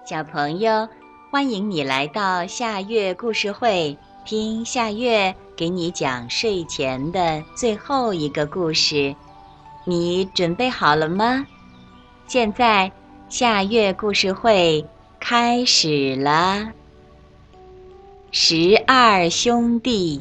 小朋友，欢迎你来到夏月故事会，听夏月给你讲睡前的最后一个故事。你准备好了吗？现在夏月故事会开始了。12兄弟。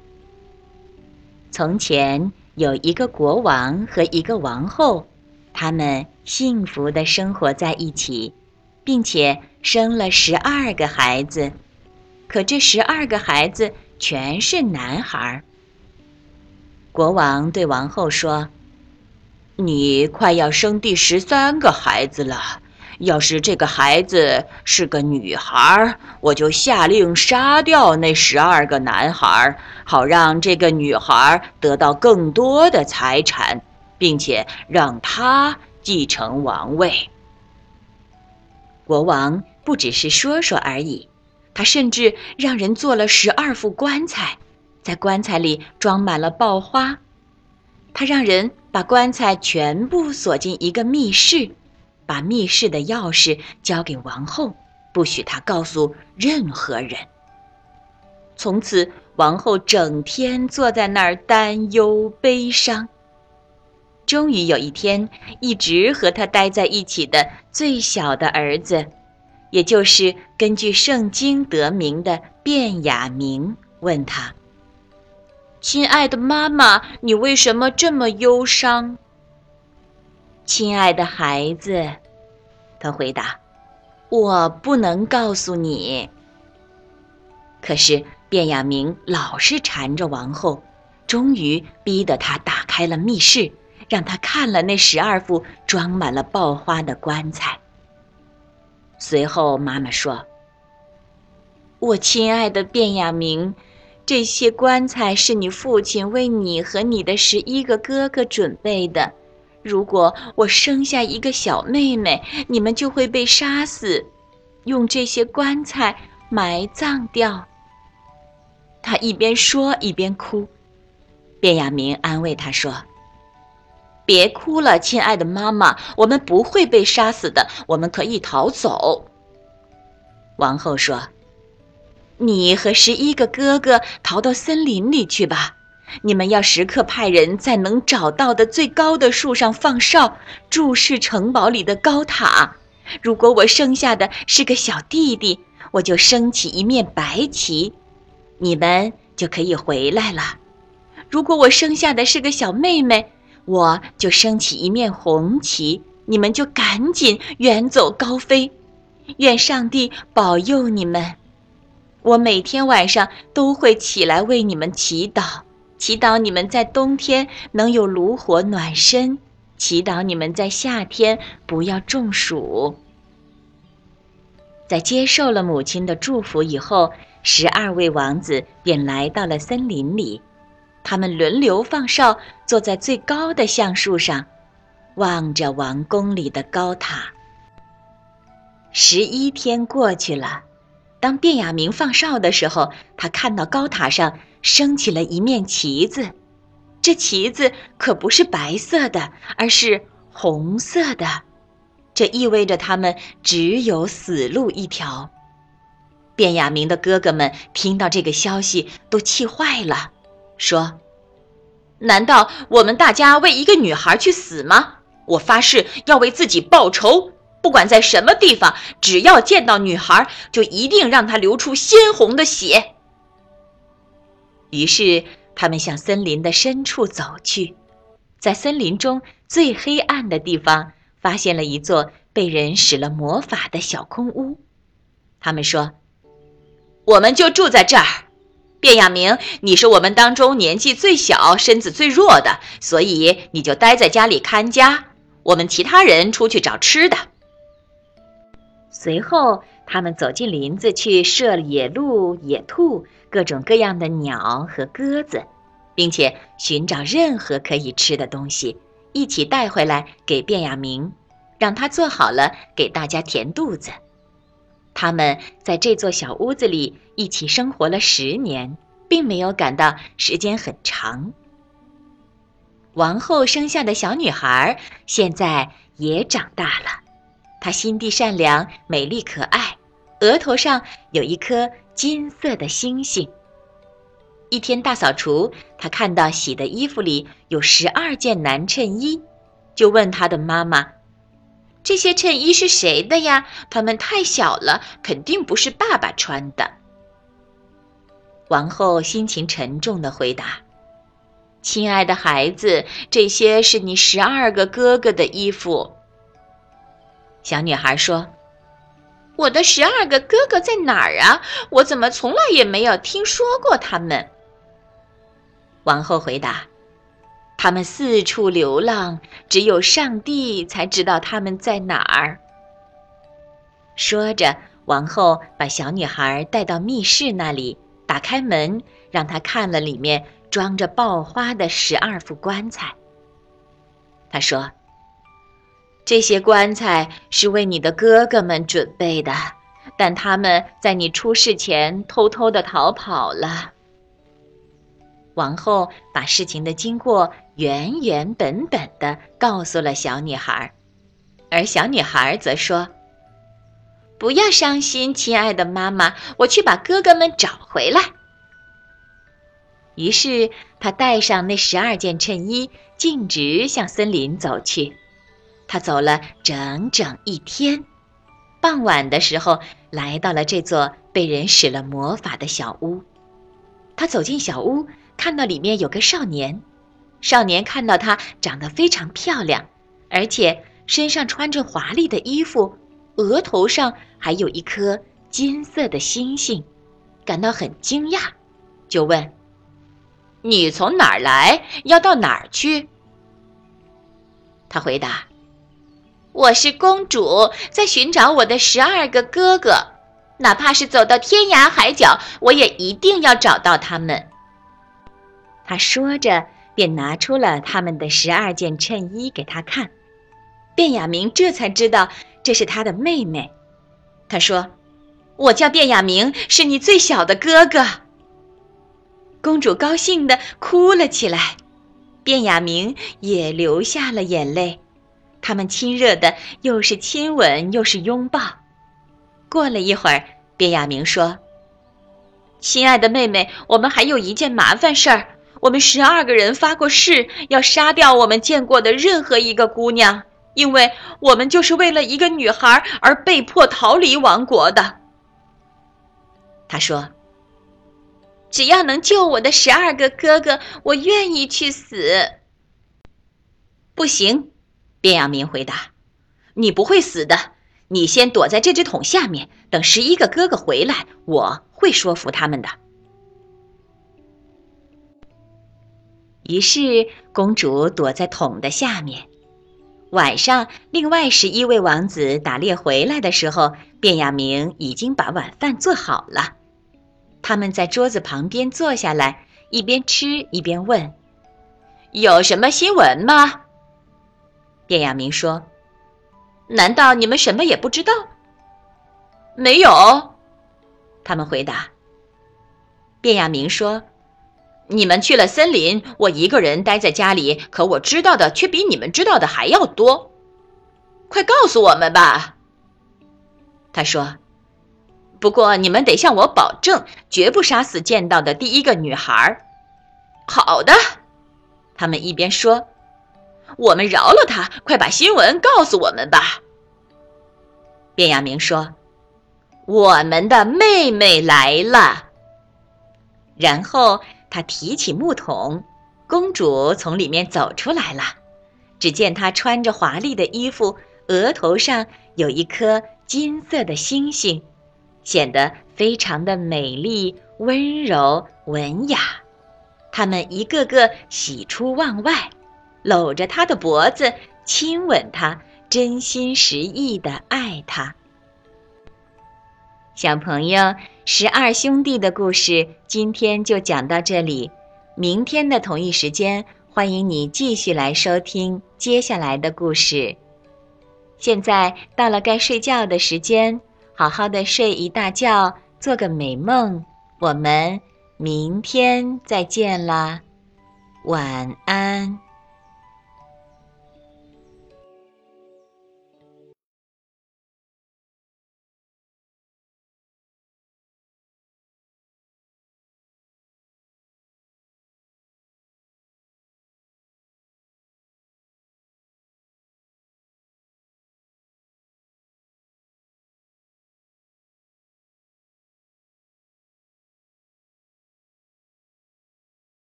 从前有一个国王和一个王后，他们幸福地生活在一起，并且生了12个孩子。可这12个孩子全是男孩。国王对王后说：“你快要生第13个孩子了，要是这个孩子是个女孩，我就下令杀掉那12个男孩，好让这个女孩得到更多的财产，并且让她继承王位。”国王不只是说说而已，他甚至让人做了12副棺材，在棺材里装满了爆花。他让人把棺材全部锁进一个密室，把密室的钥匙交给王后，不许她告诉任何人。从此，王后整天坐在那儿担忧悲伤。终于有一天，一直和她待在一起的最小的儿子，也就是根据圣经得名的便雅明，问他：“亲爱的妈妈，你为什么这么忧伤？”“亲爱的孩子，”他回答，“我不能告诉你。”可是便雅明老是缠着王后，终于逼得她打开了密室，让她看了那12副装满了爆花的棺材。随后妈妈说：“我亲爱的便雅明，这些棺材是你父亲为你和你的11个哥哥准备的。如果我生下一个小妹妹，你们就会被杀死，用这些棺材埋葬掉。”他一边说一边哭。便雅明安慰他说：“别哭了，亲爱的妈妈，我们不会被杀死的，我们可以逃走。”王后说：“你和11个哥哥逃到森林里去吧，你们要时刻派人在能找到的最高的树上放哨，注视城堡里的高塔。如果我生下的是个小弟弟，我就升起一面白旗，你们就可以回来了。如果我生下的是个小妹妹，我就升起一面红旗，你们就赶紧远走高飞。愿上帝保佑你们。我每天晚上都会起来为你们祈祷，祈祷你们在冬天能有炉火暖身，祈祷你们在夏天不要中暑。”在接受了母亲的祝福以后，12位王子便来到了森林里。他们轮流放哨，坐在最高的橡树上，望着王宫里的高塔。11天过去了，当便雅明放哨的时候，他看到高塔上升起了一面旗子。这旗子可不是白色的，而是红色的。这意味着他们只有死路一条。便雅明的哥哥们听到这个消息都气坏了，说：“难道我们大家为一个女孩去死吗？我发誓要为自己报仇，不管在什么地方，只要见到女孩，就一定让她流出鲜红的血。”于是他们向森林的深处走去，在森林中最黑暗的地方发现了一座被人使了魔法的小空屋。他们说：“我们就住在这儿。便雅明，你是我们当中年纪最小、身子最弱的，所以你就待在家里看家，我们其他人出去找吃的。”随后他们走进林子去射野鹿、野兔、各种各样的鸟和鸽子，并且寻找任何可以吃的东西，一起带回来给便雅明，让他做好了给大家填肚子。他们在这座小屋子里一起生活了10年，并没有感到时间很长。王后生下的小女孩现在也长大了， 她心地善良，美丽可爱，额头上有一颗金色的星星。一天大扫除，她看到洗的衣服里有12件男衬衣，就问她的妈妈：这些衬衣是谁的呀？它们太小了，肯定不是爸爸穿的。王后心情沉重地回答：亲爱的孩子，这些是你12个哥哥的衣服。小女孩说：我的12个哥哥在哪儿啊？我怎么从来也没有听说过他们？王后回答：他们四处流浪，只有上帝才知道他们在哪儿。说着，王后把小女孩带到密室那里，打开门，让她看了里面装着爆花的12副棺材。她说：这些棺材是为你的哥哥们准备的，但他们在你出事前偷偷地逃跑了。王后把事情的经过原原本本地告诉了小女孩，而小女孩则说：不要伤心，亲爱的妈妈，我去把哥哥们找回来。于是她带上那12件衬衣，径直向森林走去。她走了整整1天，傍晚的时候来到了这座被人使了魔法的小屋。她走进小屋，看到里面有个少年。少年看到她长得非常漂亮，而且身上穿着华丽的衣服，额头上还有一颗金色的星星，感到很惊讶，就问：你从哪儿来？要到哪儿去？她回答：我是公主，在寻找我的12个哥哥，哪怕是走到天涯海角，我也一定要找到他们。她说着，便拿出了他们的12件衬衣给他看。卞雅明这才知道这是他的妹妹。他说：我叫卞雅明，是你最小的哥哥。公主高兴地哭了起来，卞雅明也流下了眼泪。他们亲热的又是亲吻又是拥抱。过了一会儿，卞雅明说：亲爱的妹妹，我们还有一件麻烦事儿，我们12个人发过誓，要杀掉我们见过的任何一个姑娘，因为我们就是为了一个女孩而被迫逃离王国的。他说：只要能救我的12个哥哥，我愿意去死。不行，卞雅明回答，你不会死的，你先躲在这只桶下面，等11个哥哥回来，我会说服他们的。于是公主躲在桶的下面。晚上，另外11位王子打猎回来的时候，卞雅明已经把晚饭做好了。他们在桌子旁边坐下来，一边吃一边问：有什么新闻吗？卞雅明说：难道你们什么也不知道？没有，他们回答。卞雅明说：你们去了森林，我一个人待在家里，可我知道的却比你们知道的还要多。快告诉我们吧。他说：不过你们得向我保证，绝不杀死见到的第一个女孩。好的，他们一边说：我们饶了她，快把新闻告诉我们吧。卞雅明说：我们的妹妹来了。然后他提起木桶，公主从里面走出来了。只见她穿着华丽的衣服，额头上有一颗金色的星星，显得非常的美丽、温柔、文雅。他们一个个喜出望外，搂着她的脖子，亲吻她，真心实意地爱她。小朋友，12兄弟的故事今天就讲到这里，明天的同一时间，欢迎你继续来收听接下来的故事。现在到了该睡觉的时间，好好的睡一大觉，做个美梦。我们明天再见啦，晚安。